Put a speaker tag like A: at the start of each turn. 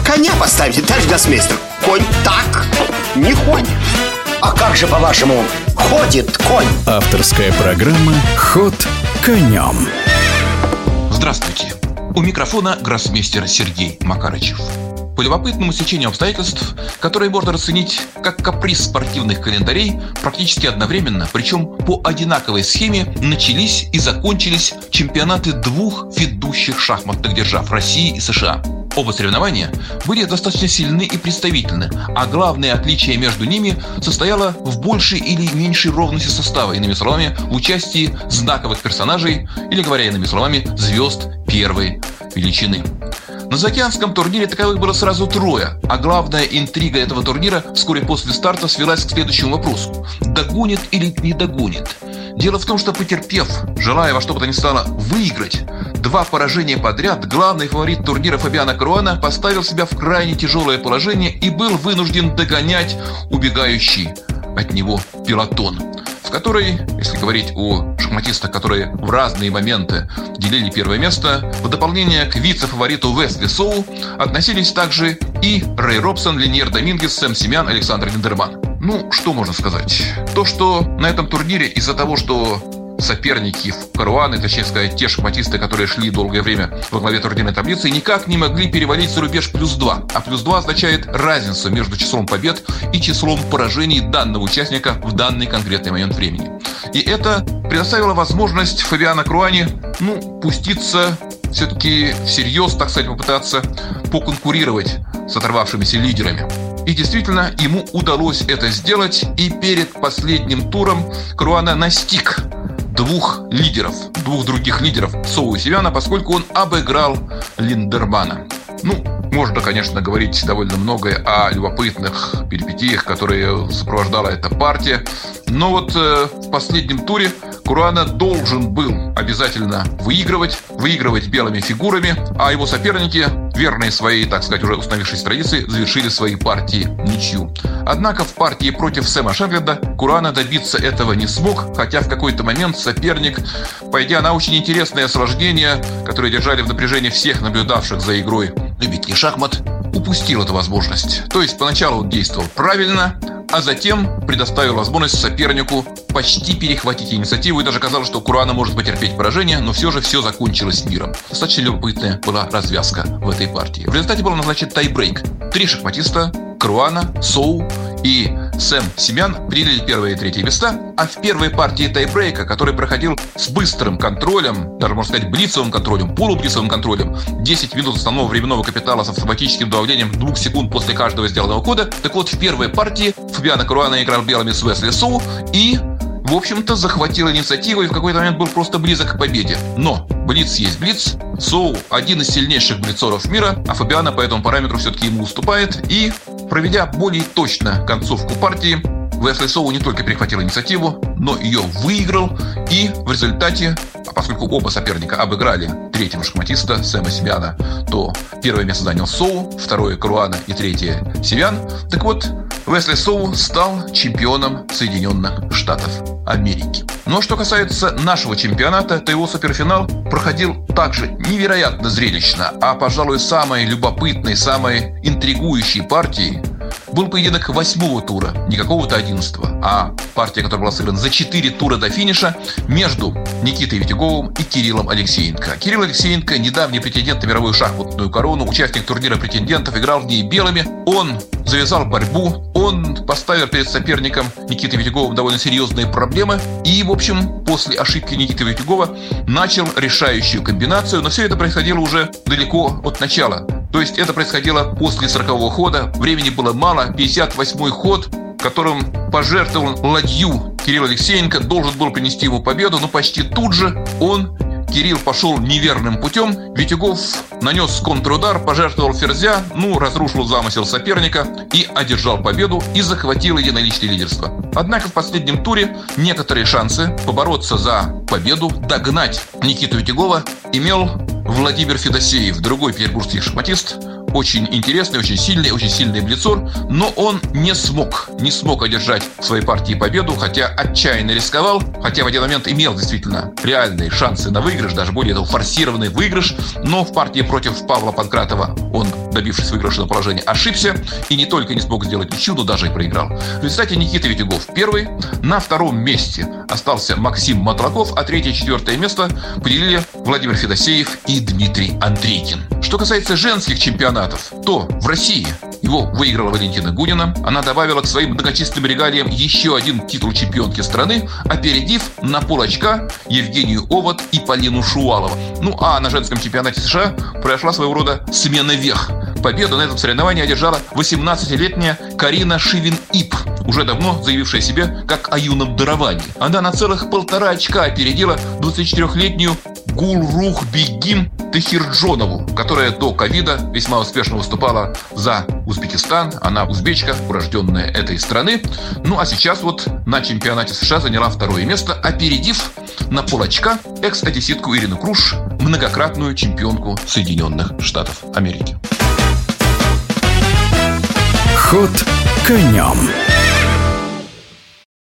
A: Коня поставите, товарищ гроссмейстер. Конь так не ходит. А как же, по-вашему, ходит конь?
B: Авторская программа «Ход конем».
C: Здравствуйте. У микрофона гроссмейстер Сергей Макарычев. По любопытному стечению обстоятельств, которые можно расценить как каприз спортивных календарей, практически одновременно, причем по одинаковой схеме, начались и закончились чемпионаты двух ведущих шахматных держав – России и США. Оба соревнования были достаточно сильны и представительны, а главное отличие между ними состояло в большей или меньшей ровности состава, иными словами, в участии знаковых персонажей, или, говоря иными словами, звезд первой величины. На заокеанском турнире таковых было сразу трое, а главная интрига этого турнира вскоре после старта свелась к следующему вопросу: догонит или не догонит? Дело в том, что, потерпев, желая во что бы то ни стало выиграть, 2 поражения подряд, главный фаворит турнира Фабиано Каруана поставил себя в крайне тяжелое положение и был вынужден догонять убегающий от него пелотон, в который, если говорить о шахматистах, которые в разные моменты делили первое место, в дополнение к вице-фавориту Уэсли Соу относились также и Рэй Робсон, Линьер Домингес, Сэм Семьян, Александр Линдерман. Ну, что можно сказать? То, что на этом турнире из-за того, что соперники Каруаны, точнее сказать, те шахматисты, которые шли долгое время во главе турнирной таблицы, никак не могли перевалить за рубеж +2. А +2 означает разницу между числом побед и числом поражений данного участника в данный конкретный момент времени. И это предоставило возможность Фабиано Каруане, пуститься все-таки всерьез, так сказать, попытаться поконкурировать с оторвавшимися лидерами. И действительно, ему удалось это сделать, и перед последним туром Каруана настиг двух других лидеров Соу и Семьяна, поскольку он обыграл Линдермана. Можно, конечно, говорить довольно многое о любопытных перипетиях, которые сопровождала эта партия, но вот в последнем туре Каруана должен был обязательно выигрывать белыми фигурами, а его соперники, верные своей, так сказать, уже установившейся традиции, завершили свои партии ничью. Однако в партии против Сэма Шенкленда Каруана добиться этого не смог, хотя в какой-то момент соперник, пойдя на очень интересные осложнения, которые держали в напряжении всех наблюдавших за игрой любителей шахмат, упустил эту возможность. То есть поначалу он действовал правильно, а затем предоставил возможность сопернику почти перехватить инициативу, и даже казалось, что Каруана может потерпеть поражение, но все же все закончилось миром. Достаточно любопытная была развязка в этой партии. В результате был назначен тайбрейк. 3 шахматиста – Каруана, Соу и Сэм Семьян приняли первые и третьи места, а в первой партии тайбрейка, который проходил с быстрым контролем, даже можно сказать блицевым контролем, полублицевым контролем, 10 минут основного временного капитала с автоматическим добавлением 2 секунд после каждого сделанного хода. Так вот, в первой партии Фабиано Каруана играл белыми с Уэсли Соу и, в общем-то, захватил инициативу и в какой-то момент был просто близок к победе. Но блиц есть блиц. Соу – один из сильнейших блицоров мира, а Фабиано по этому параметру все-таки ему уступает. И, проведя более точно концовку партии, Уэсли Соу не только перехватил инициативу, но ее выиграл. И в результате, поскольку оба соперника обыграли третьего шахматиста Сэма Семьяна, то первое место занял Соу, второе Каруана и третье Семьян. Так вот, Уэсли Соу стал чемпионом Соединенных Штатов Америки. Но что касается нашего чемпионата, то его суперфинал проходил также невероятно зрелищно, а, пожалуй, самой любопытной, самой интригующей партией был поединок 8-го тура, не какого-то 11-го, а партия, которая была сыграна за 4 тура до финиша между Никитой Витюговым и Кириллом Алексеенко. Кирилл Алексеенко, недавний претендент на мировую шахматную корону, участник турнира претендентов, играл в ней белыми. Он завязал борьбу, он поставил перед соперником Никитой Витюговым довольно серьезные проблемы и, в общем, после ошибки Никиты Витюгова начал решающую комбинацию, но все это происходило уже далеко от начала. То есть это происходило после 40-го хода, времени было мало, 58-й ход, которым пожертвовал ладью Кирилл Алексеенко, должен был принести ему победу, но почти тут же Кирилл пошел неверным путем, Витюгов нанес контрудар, пожертвовал ферзя, разрушил замысел соперника и одержал победу и захватил единоличное лидерство. Однако в последнем туре некоторые шансы побороться за победу, догнать Никиту Витюгова имел Владимир Федосеев, другой петербургский шахматист. очень интересный, очень сильный блицор, но он не смог одержать в своей партии победу, хотя отчаянно рисковал, хотя в один момент имел действительно реальные шансы на выигрыш, даже более того, форсированный выигрыш, но в партии против Павла Панкратова он, добившись выигрышного положения, ошибся и не только не смог сделать ничью, но даже и проиграл. В результате Никита Витюгов первый, на втором месте остался Максим Матлаков, а третье и четвертое место поделили Владимир Федосеев и Дмитрий Андрейкин. Что касается женских чемпионатов, то в России его выиграла Валентина Гунина. Она добавила к своим многочисленным регалиям еще один титул чемпионки страны, опередив на полочка Евгению Овод и Полину Шувалову. Ну а на женском чемпионате США прошла своего рода смена вех. Победу на этом соревновании одержала 18-летняя Карина Шивин-Ип, уже давно заявившая себе как о юном даровании. Она на целых 1,5 очка опередила 24-летнюю Гулрухбегим Тахирджонову, которая до ковида весьма успешно выступала за Узбекистан. Она узбечка, урожденная этой страны. Ну а сейчас вот на чемпионате США заняла второе место, опередив на полочка экс-одесситку Ирину Круш, многократную чемпионку Соединенных Штатов Америки.
B: Ход конем.